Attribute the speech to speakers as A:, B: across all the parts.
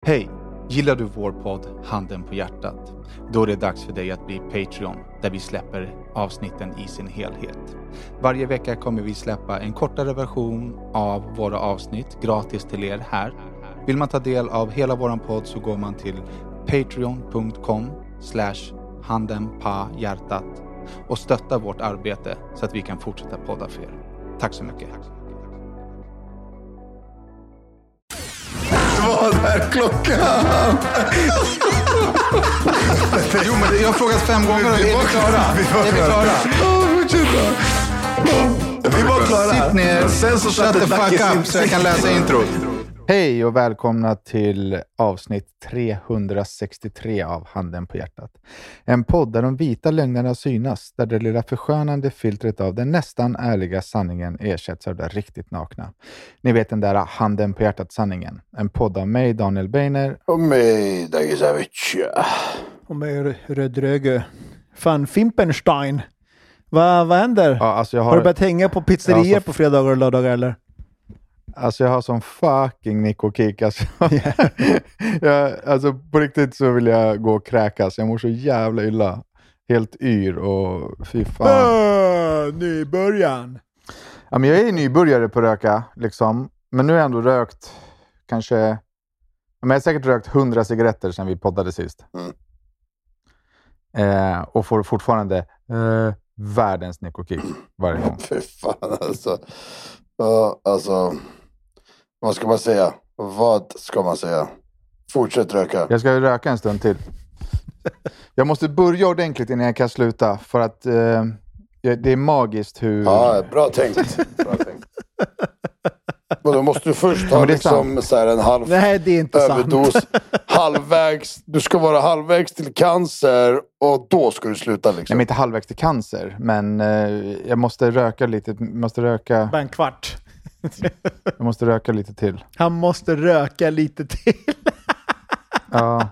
A: Hej! Gillar du vår podd Handen på hjärtat? Då är det dags för dig att bli Patreon, där vi släpper avsnitten i sin helhet. Varje vecka kommer vi släppa en kortare version av våra avsnitt gratis till er här. Vill man ta del av hela våran podd så går man till patreon.com/handenpahjärtat och stöttar vårt arbete så att vi kan fortsätta podda för er. Tack så mycket!
B: Vad är klockan?
A: Jo, men jag har frågat 5 gånger och är vi klara?
B: Vi var klara.
A: Sitt ner,
B: sen så
A: shut the fuck up så jag kan läsa introt. Hej och välkomna till avsnitt 363 av Handen på hjärtat. En podd där de vita lögnerna synas, där det lilla förskönande filtret av den nästan ärliga sanningen ersätts av det riktigt nakna. Ni vet den där Handen på hjärtat-sanningen. En podd av mig, Daniel Beiner.
B: Och mig, Dagisavic.
C: Och mig, Rödröge. Fan, Fimpenstein. Vad händer?
A: Ja, alltså
C: har du börjat hänga på pizzerier på fredagar och lördagar eller?
A: Alltså jag har som fucking Nico Kick. Alltså, alltså på riktigt så vill jag gå och kräkas. Jag mår så jävla illa. Helt yr och fy fan.
C: Nybörjan.
A: Ja, men jag är nybörjare på röka liksom. Men nu har jag ändå rökt kanske... Men jag har säkert rökt 100 cigaretter sedan vi poddade sist. Och får fortfarande världens Nico Kick varje gång.
B: Fy fan alltså. Alltså... Vad ska man säga? Vad ska man säga? Fortsätt röka.
A: Jag ska röka en stund till. Jag måste börja ordentligt innan jag kan sluta. För att det är magiskt hur...
B: Ja, bra tänkt. Men då måste du först ta liksom så här en halv överdos. Halvvägs. Du ska vara halvvägs till cancer och då ska du sluta liksom.
A: Nej, men inte halvvägs till cancer. Men jag måste röka lite.
C: Bara en kvart.
A: Jag måste röka lite till.
C: Han måste röka lite till.
A: Ja.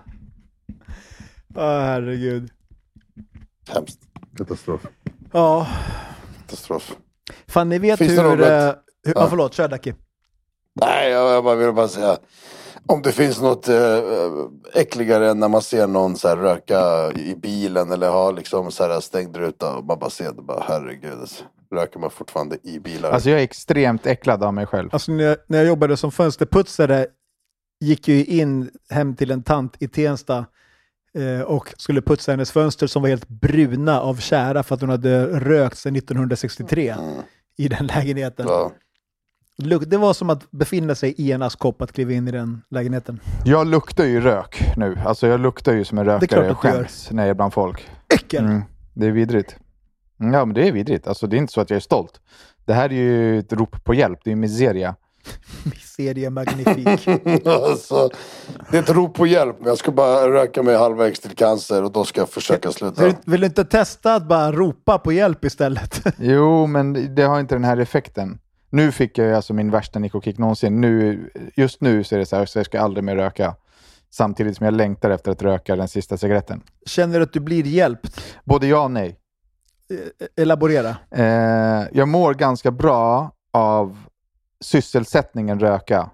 C: Herregud.
B: Hemskt. Katastrof.
C: Ja.
B: Katastrof.
C: Fan, ni vet
B: finns
C: hur förlåt, kör Daki.
B: Nej, jag vill bara säga. Om det finns något äckligare än när man ser någon så här röka i bilen eller ha liksom så här stängd ruta och man bara ser det, bara herregud, röker man fortfarande i bilar.
A: Alltså jag är extremt äcklad av mig själv.
C: Alltså när jag jobbade som fönsterputsare gick jag in hem till en tant i Tensta och skulle putsa hennes fönster som var helt bruna av kära för att hon hade rökt sedan 1963 i den lägenheten.
B: Ja.
C: Det var som att befinna sig i en askkopp att kliva in i den lägenheten.
A: Jag luktar ju rök nu. Alltså jag luktar ju som en rökare. Jag skäms när jag är bland folk.
C: Äckel!
A: Det är vidrigt. Ja, men det är vidrigt. Alltså det är inte så att jag är stolt. Det här är ju ett rop på hjälp. Det är miseria.
C: Miseria magnifik.
B: Alltså, det är ett rop på hjälp. Men jag ska bara röka mig halvvägs till cancer och då ska jag försöka sluta.
C: Vill du inte testa att bara ropa på hjälp istället?
A: Jo, men det har inte den här effekten. Nu fick jag alltså min värsta Nico Kick någonsin. Just nu så är det så här så jag ska aldrig mer röka. Samtidigt som jag längtar efter att röka den sista cigaretten.
C: Känner du att du blir hjälpt?
A: Både ja och nej.
C: Elaborera.
A: Jag mår ganska bra av sysselsättningen röka.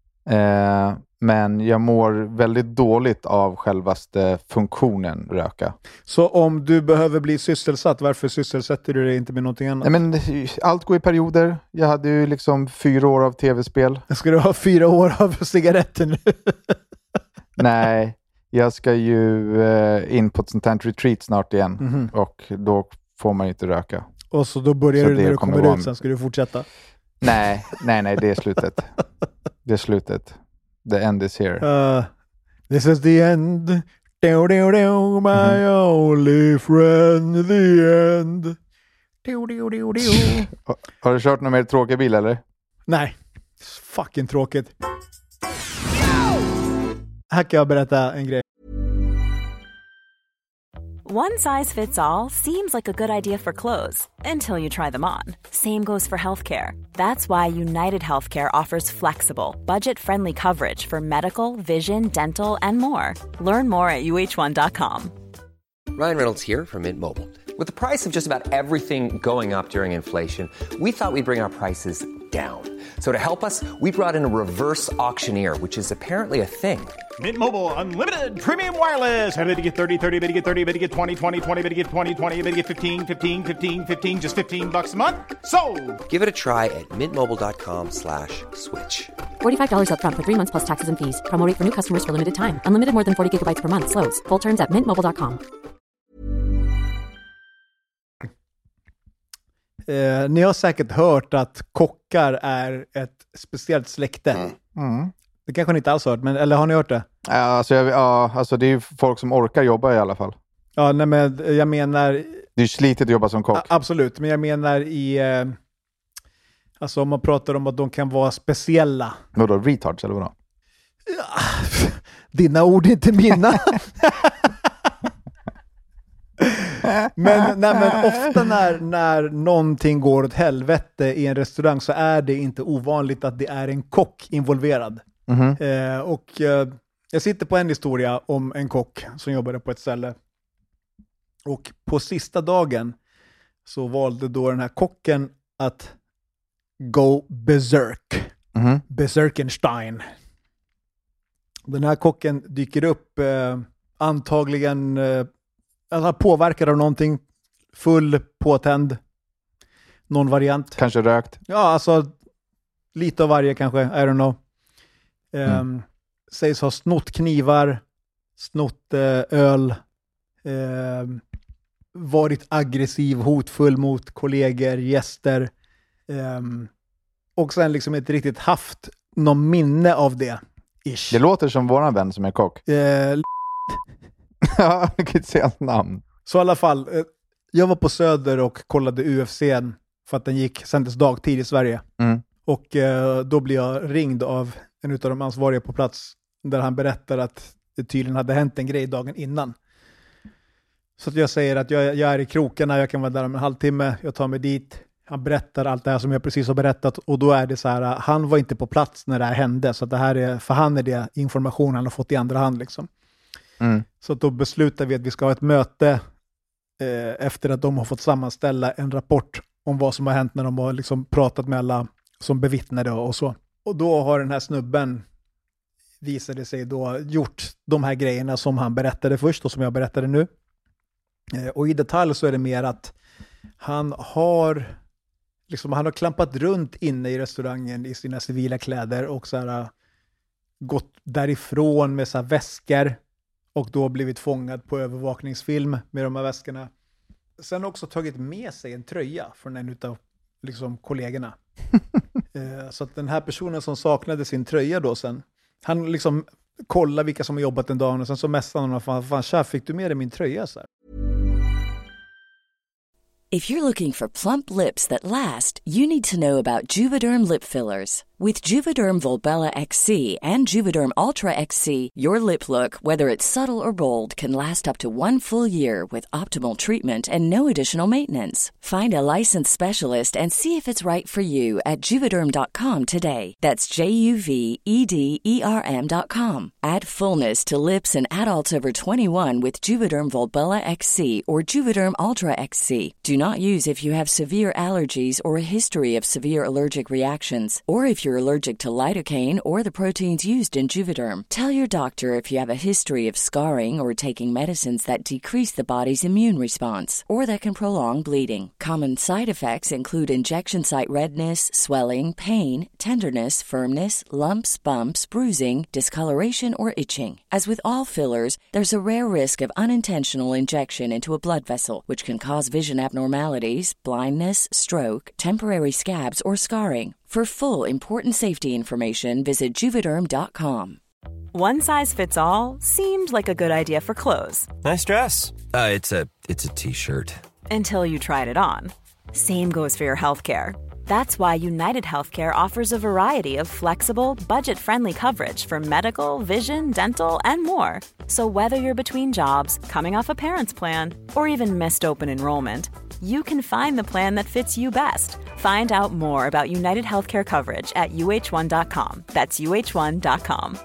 A: Men jag mår väldigt dåligt av självaste funktionen röka. Så
C: om du behöver bli sysselsatt, varför sysselsätter du dig inte med någonting annat?
A: Nej, men allt går i perioder. Jag hade ju liksom 4 år av tv-spel.
C: Ska du ha 4 år av cigaretter nu?
A: Nej, jag ska ju in på ett sånt här retreat snart igen. Mm-hmm. Och då får man inte röka.
C: Och så då börjar så du när du kommer ut, sen ska du fortsätta? Nej, det är slutet. Det är slutet. The end is here. This is the end. My only friend, the end.
A: Har du kört någon mer tråkig bil eller?
C: Nej, fucking tråkigt. Här kan jag berätta en grej.
D: One size fits all seems like a good idea for clothes until you try them on. Same goes for healthcare. That's why United Healthcare offers flexible, budget-friendly coverage for medical, vision, dental, and more. Learn more at uh1.com.
E: Ryan Reynolds here from Mint Mobile. With the price of just about everything going up during inflation, we thought we'd bring our prices down. So to help us, we brought in a reverse auctioneer, which is apparently a thing.
F: Mint Mobile Unlimited Premium Wireless. How to get 30, 30, how to get 30, how to get 20, 20, 20, how to get 20, 20, how to get 15, 15, 15, 15, just $15 a month? Sold!
E: Give it a try at mintmobile.com/switch.
G: $45 up front for 3 months plus taxes and fees. Promo rate for new customers for limited time. Unlimited more than 40 gigabytes per month. Slows full terms at mintmobile.com.
C: Ni har säkert hört att kockar är ett speciellt släkte.
A: Mm.
C: Det kanske ni inte alls hört, men eller har ni hört det?
A: Alltså det är ju folk som orkar jobba i alla fall.
C: Ja, nej, men jag menar...
A: Det är ju slitigt att jobba som kock.
C: Absolut, men jag menar i... Alltså om man pratar om att de kan vara speciella.
A: Vadå, retards eller vadå?
C: Ja, dina ord är inte mina. men ofta när någonting går åt helvete i en restaurang så är det inte ovanligt att det är en kock involverad. Jag sitter på en historia om en kock som jobbade på ett ställe. Och på sista dagen så valde då den här kocken att go berserk. Berserkenstein. Den här kocken dyker upp antagligen alltså påverkad av någonting, full, påtänd, någon variant.
A: Kanske rökt.
C: Ja, alltså lite av varje kanske, I don't know. Sägs ha snott knivar, snott öl, varit aggressiv, hotfull mot kollegor, gäster. Och sen liksom inte riktigt haft någon minne av det. Ish.
A: Det låter som våran vän som är kock. Ja, jag kan inte säga hans namn.
C: Så i alla fall, jag var på Söder och kollade UFC för att den sändes dagtid i Sverige. Och då blev jag ringd av en av de ansvariga på plats där han berättar att det tydligen hade hänt en grej dagen innan. Så att jag säger att jag är i krokarna, jag kan vara där om en halvtimme, jag tar mig dit. Han berättar allt det här som jag precis har berättat och då är det så här, han var inte på plats när det här hände så att det här är, för han är det information han har fått i andra hand liksom. Så då beslutar vi att vi ska ha ett möte efter att de har fått sammanställa en rapport om vad som har hänt när de har liksom pratat med alla som bevittnade och så. Och då har den här snubben visade sig då gjort de här grejerna som han berättade först och som jag berättade nu. Och i detalj så är det mer att han har klampat runt inne i restaurangen i sina civila kläder och så här, gått därifrån med så här väskor och då blivit fångad på övervakningsfilm med de här väskorna. Sen också tagit med sig en tröja från en utav liksom kollegorna. Så att den här personen som saknade sin tröja då sen, han liksom kollar vilka som har jobbat en dag och sen så mässade han fan tja, fick du med dig min tröja så här?
H: If you're looking for plump lips that last, you need to know about Juvederm lip fillers. With Juvederm Volbella XC and Juvederm Ultra XC, your lip look, whether it's subtle or bold, can last up to 1 full year with optimal treatment and no additional maintenance. Find a licensed specialist and see if it's right for you at Juvederm.com today. That's JUVEDERM.com. Add fullness to lips in adults over 21 with Juvederm Volbella XC or Juvederm Ultra XC. Do not use if you have severe allergies or a history of severe allergic reactions, or if you're allergic to lidocaine or the proteins used in Juvederm. Tell your doctor if you have a history of scarring or taking medicines that decrease the body's immune response or that can prolong bleeding. Common side effects include injection site redness, swelling, pain, tenderness, firmness, lumps, bumps, bruising, discoloration, or itching. As with all fillers, there's a rare risk of unintentional injection into a blood vessel, which can cause vision abnormalities, blindness, stroke, temporary scabs, or scarring. For full, important safety information, visit Juvederm.com.
D: One size fits all seemed like a good idea for clothes.
I: Nice dress. It's a t-shirt.
D: Until you tried it on. Same goes for your healthcare. That's why United Healthcare offers a variety of flexible, budget-friendly coverage for medical, vision, dental, and more. So whether you're between jobs, coming off a parent's plan, or even missed open enrollment, you can find the plan that fits you best. Find out more about United Healthcare coverage at uh1.com. That's uh1.com.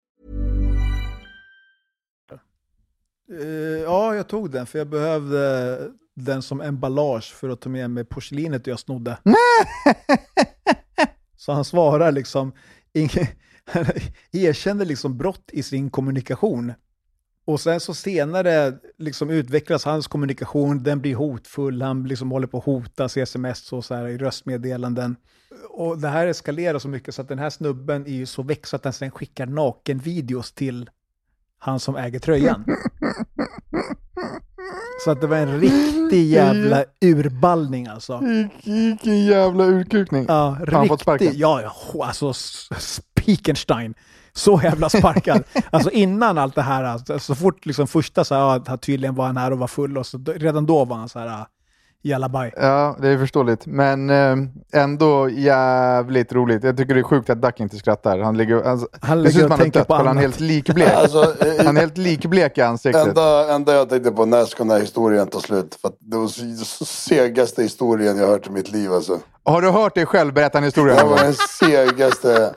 C: Ja, jag tog den för jag behövde den som emballage för att ta med mig porslinet jag snodde. Så han svarar liksom, han erkänner liksom brott i sin kommunikation. Och sen så senare liksom utvecklas hans kommunikation, den blir hotfull, han liksom håller på att hotas i sms och så här i röstmeddelanden. Och det här eskalerar så mycket så att den här snubben är ju så växt att den sen skickar nakenvideos till han som äger tröjan. Så att det var en riktig jävla urballning alltså.
A: Vilken jävla urkukning.
C: Ja, riktigt. Ja, alltså Spikenstein. Så jävla sparkad. Alltså innan allt det här, alltså, så fort liksom första så här, tydligen var han här och var full och så redan då var han så här jävla baj.
A: Ja, det är förståeligt. Men ändå jävligt roligt. Jag tycker det är sjukt att Duck inte skrattar. Han ligger och tänker på annat. Han är helt likblek. Alltså, han är helt likblek i ansiktet.
B: Enda jag tänkte på när ska den här historien ta slut. För att det var så segaste historien jag hört i mitt liv alltså.
A: Har du hört dig själv berätta en historia?
B: Det var den segaste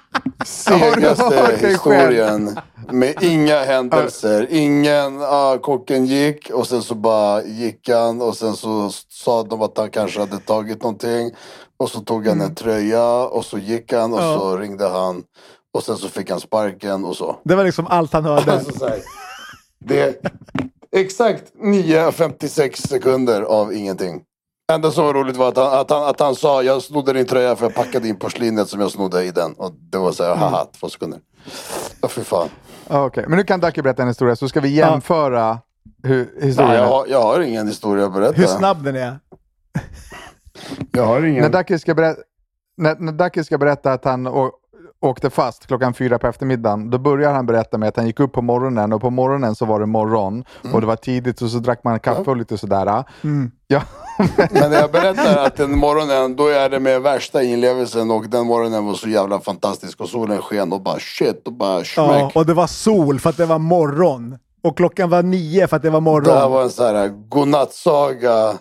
B: historien med inga händelser. Kocken gick och sen så bara gick han och sen så sa de att han kanske hade tagit någonting och så tog han en tröja och så gick han och så ringde han och sen så fick han sparken och så.
C: Det var liksom allt han hörde.
B: Alltså, så här, det är exakt 9:56 sekunder av ingenting. Enda som var roligt var att han sa jag snodde din tröja för jag packade in porslinet som jag snodde i den. Och det var så här, haha, 2 sekunder. Ja, fy fan.
A: Okej, men nu kan Ducky berätta en historia så ska vi jämföra historien.
B: Nej, jag har ingen historia att berätta.
C: Hur snabb den är.
B: Jag har ingen.
A: När Ducky ska berätta att han åkte fast 4:00 på eftermiddagen, då börjar han berätta med att han gick upp på morgonen och på morgonen så var det morgon och det var tidigt och så drack man kaffe och lite sådär. Ja.
B: Men när jag berättar att den morgonen, då är det med värsta inlevelsen och den morgonen var så jävla fantastisk och solen sken och bara shit och bara smäck.
C: Ja, och det var sol för att det var morgon och klockan var 9 för att det var morgon.
B: Det här var en sån här godnattsaga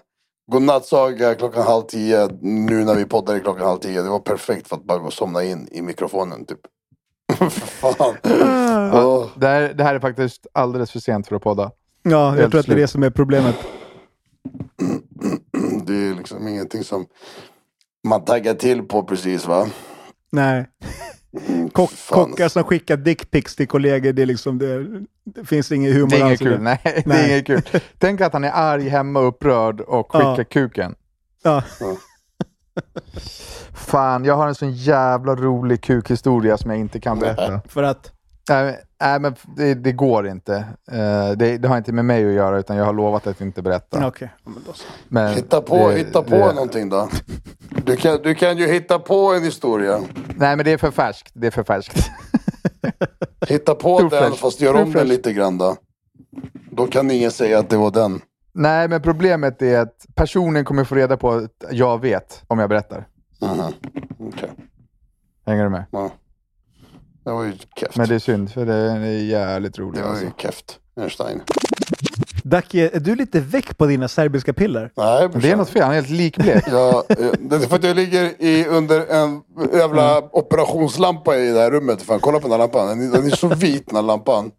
B: 9:30 nu när vi poddar i 9:30. Det var perfekt för att bara gå och somna in i mikrofonen typ. Fan.
A: Det här är faktiskt alldeles för sent för att podda.
C: Ja, jag tror att det är det som är problemet.
B: Det är liksom ingenting som man taggar till på precis va?
C: Nej. Kockar som skickar dickpics till kollegor, det är liksom det finns ingen humor.
A: Det är inget kul, nej. Det är inget kul. Tänk att han är arg hemma, upprörd och skickar kuken.
C: Ja.
A: Fan, jag har en sån jävla rolig kukhistoria som jag inte kan berätta.
C: För att?
A: Nej, men det går inte. Det har inte med mig att göra utan jag har lovat att inte berätta.
C: Okej.
A: Men
B: hitta på någonting då. Du kan ju hitta på en historia.
A: Nej, men det är för färskt.
B: Hitta på den fast gör om den lite grann då. Då kan ingen säga att det var den.
A: Nej, men problemet är att personen kommer få reda på att jag vet om jag berättar.
B: Okej.
A: Hänger du med?
B: Ja. Det var ju keft.
A: Men det är synd, för det är jävligt roligt.
B: Det var ju keft. Einstein.
C: Ducky, är du lite väck på dina serbiska piller?
B: Nej,
A: det är något fel, han är helt likblek.
B: Ja, det är för att jag ligger under en jävla operationslampa i det här rummet. Fan, kolla på den här lampan. Den är så vit, den här lampan.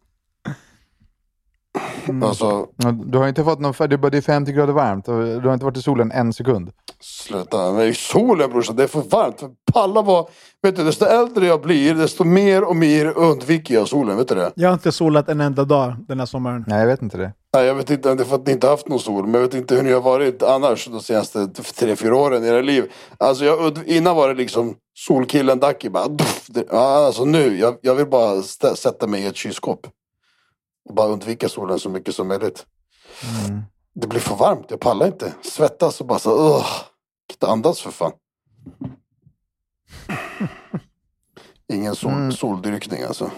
B: Alltså,
A: du har inte fått någon det är 50 grader varmt och du har inte varit i solen 1 sekund.
B: Sluta, men i solen brorsan, det är för varmt. Palla var, vet du, desto äldre jag blir, desto mer och mer undviker jag solen, vet du det?
C: Jag har inte solat en enda dag den här sommaren.
A: Nej, jag vet inte det.
B: Nej, jag vet inte, det är för att ni inte haft någon sol. Men jag vet inte hur ni har varit annars de senaste 3-4 åren i era liv. Alltså innan var det liksom solkillen Ducky bara, alltså nu, jag vill bara sätta mig i ett kylskåp. Och bara undvika solen så mycket som möjligt. Det blir för varmt, jag pallar inte. Svettas och bara så, inte andas för fan. Ingen soldyrkning alltså.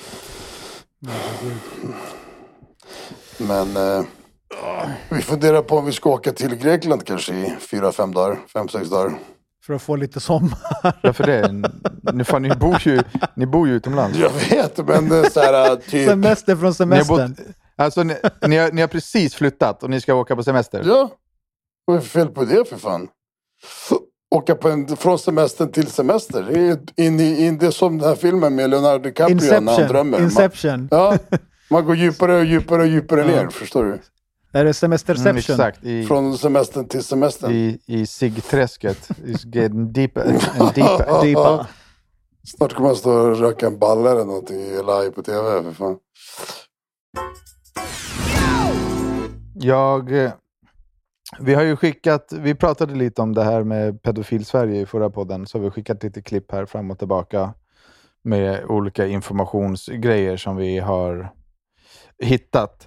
B: Men vi funderar på om vi ska åka till Grekland kanske i 4-5 dagar, 5-6 dagar.
C: För att få lite sommar.
A: Varför det? Ni bor ju utomlands.
B: Jag vet, men så här typ...
C: Semester från semestern.
A: Ni har precis flyttat och ni ska åka på semester.
B: Ja, vad är fel på det för fan? Åka från semestern till semester. Det är det som den här filmen med Leonardo DiCaprio när han drömmer.
C: Inception.
B: Ja, man går djupare och djupare och djupare ner, förstår du?
C: Är det semesterception?
A: Exakt.
B: Från semestern till semestern.
A: I Sigträsket. It's getting deeper and deeper.
B: Snart kommer man stå och röka en balle eller någonting live på tv, för fan.
A: Vi har ju skickat, vi pratade lite om det här med Pedofil Sverige i förra podden, så vi har skickat lite klipp här fram och tillbaka med olika informationsgrejer som vi har hittat.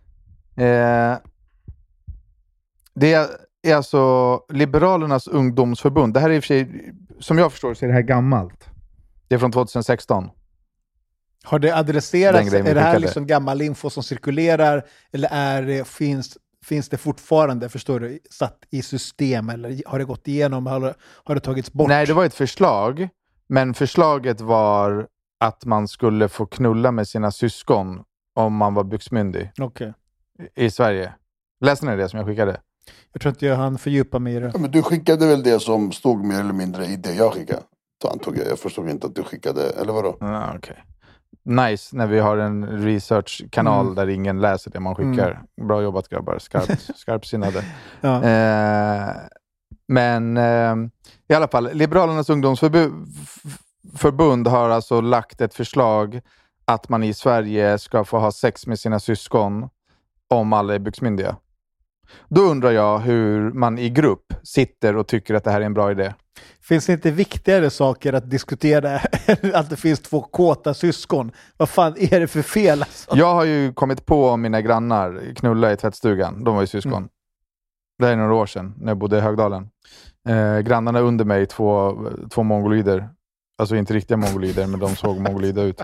A: Det är alltså Liberalernas ungdomsförbund. Det här är i och för sig, som jag förstår så är det här gammalt. Det är från 2016.
C: Har det adresserats? Är det här liksom gammal info som cirkulerar? Eller finns det fortfarande, förstår du, satt i system? Eller har det gått igenom? Har det tagits bort?
A: Nej, det var ett förslag. Men förslaget var att man skulle få knulla med sina syskon om man var byxmyndig.
C: Okay.
A: I Sverige. Läste ni det som jag skickade?
C: Jag tror inte jag hann fördjupa mig i det.
B: Ja, men du skickade väl det som stod mer eller mindre i det jag skickade? Så antog jag. Jag förstod inte att du skickade, eller vadå?
A: Ja, okej. Nice när vi har en research-kanal där ingen läser det man skickar. Bra jobbat grabbar, skarpsinnade.
C: Ja.
A: Men i alla fall, Liberalernas ungdomsförbund har alltså lagt ett förslag att man i Sverige ska få ha sex med sina syskon om alla är byxmyndiga. Då undrar jag hur man i grupp sitter och tycker att det här är en bra idé.
C: Finns det inte viktigare saker att diskutera än att det finns 2 kåta syskon? Vad fan är det för fel? Alltså?
A: Jag har ju kommit på mina grannar knulla i tvättstugan. De var ju syskon. Det är några år sedan när jag bodde i Högdalen. Grannarna under mig, två mongolider. Alltså inte riktiga mongolider, men de såg mongolida ut.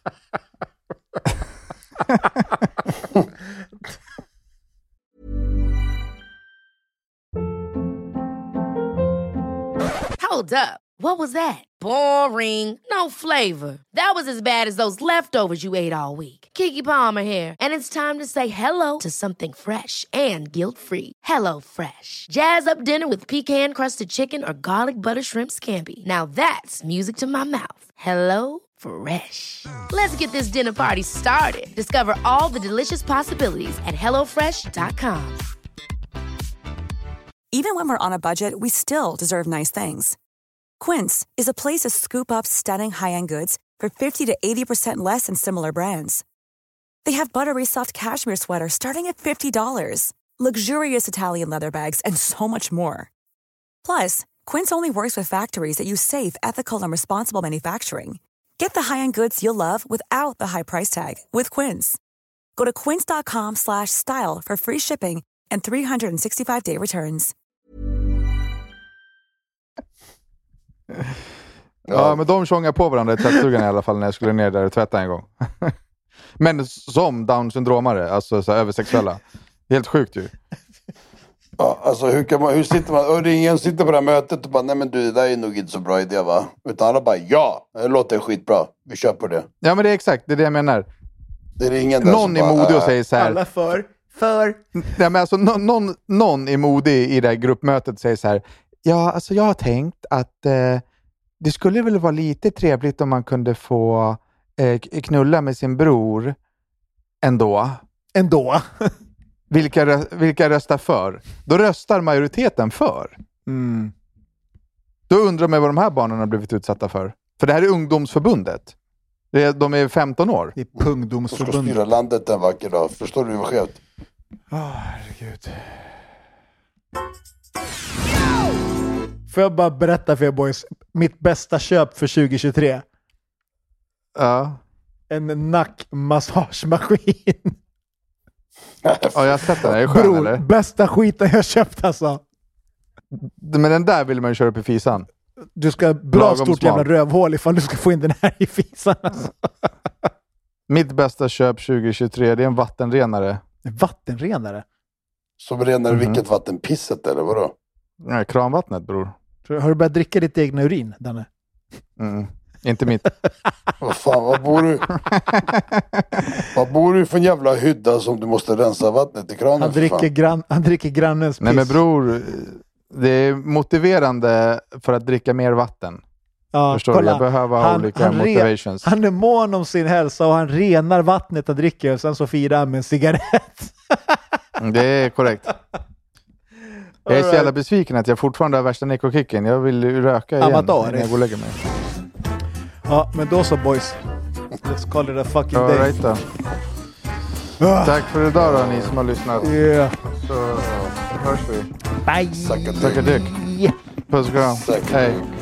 J: Hold up. What was that? Boring. No flavor. That was as bad as those leftovers you ate all week. Keke Palmer here. And it's time to say hello to something fresh and guilt-free. Hello Fresh. Jazz up dinner with pecan-crusted chicken or garlic butter shrimp scampi. Now that's music to my mouth. Hello Fresh. Let's get this dinner party started. Discover all the delicious possibilities at hellofresh.com.
K: Even when we're on a budget, we still deserve nice things. Quince is a place to scoop up stunning high-end goods for 50 to 80% less than similar brands. They have buttery soft cashmere sweaters starting at $50, luxurious Italian leather bags, and so much more. Plus, Quince only works with factories that use safe, ethical, and responsible manufacturing. Get the high-end goods you'll love without the high price tag with Quince. Go to quince.com/style for free shipping and 365-day returns.
A: Ja, men de tjongar på varandra i tvättstugan i alla fall när jag skulle ner där och tvätta en gång. Men som Down-syndromare, alltså så här, översexuella. Helt sjukt ju.
B: Ja, alltså hur sitter man? Och ingen sitter på det här mötet och bara, nej men du, det där är nog inte så bra idé va? Utan alla bara, ja, det låter skitbra. Vi kör på det.
A: Ja, men det är exakt, det är det jag menar.
B: Det är ingen
A: någon är modig och säger så här.
C: Alla för.
A: Ja, men alltså någon är modig i det här gruppmötet och säger så här. Ja, alltså jag har tänkt att det skulle väl vara lite trevligt om man kunde få knulla med sin bror ändå. Vilka röstar för? Då röstar majoriteten för. Då undrar man vad de här barnen har blivit utsatta för. För det här är ungdomsförbundet. De är 15 år.
C: Det är pungdomsförbundet.
B: De ska styra landet en vacker dag. Förstår du vad skevt?
A: Herregud.
C: Får jag bara berätta för er boys, mitt bästa köp för 2023?
A: Ja.
C: En nackmassagemaskin.
A: Ja, jag har sett den. Är det skön,
C: Bror,
A: eller?
C: Bästa skiten jag köpt alltså.
A: Men den där vill man ju köra upp i fisan.
C: Du ska bra stort jävla rövhål ifall du ska få in den här i fisan alltså.
A: Mitt bästa köp 2023, det är en vattenrenare.
C: En vattenrenare?
B: Som renar vilket vatten? Pisset eller vadå?
A: Nej, kranvattnet, bror.
C: Har du börjat dricka ditt egna urin, Danne?
A: Inte mitt.
B: Vad fan, vad bor du? Vad bor du för en jävla hydda som du måste rensa vattnet i kranen?
C: Han dricker grannens piss.
A: Nej men bror, det är motiverande för att dricka mer vatten.
C: Ja,
A: förstår
C: kolla.
A: Du? Jag behöver ha olika motivations.
C: Han är mån om sin hälsa och han renar vattnet han dricker och sen så firar han med en cigarett.
A: Det är korrekt. Jag är så jävla besviken att jag fortfarande har värsta nekokicken. Jag vill röka igen när jag går och lägger mig.
C: Ja, men då så boys. Let's call it a fucking day.
A: Right då. Tack för idag då, ni som har lyssnat.
C: Yeah.
A: Så hörs vi.
C: Bye.
B: Suck a dick.
A: Puss och kram. Hej.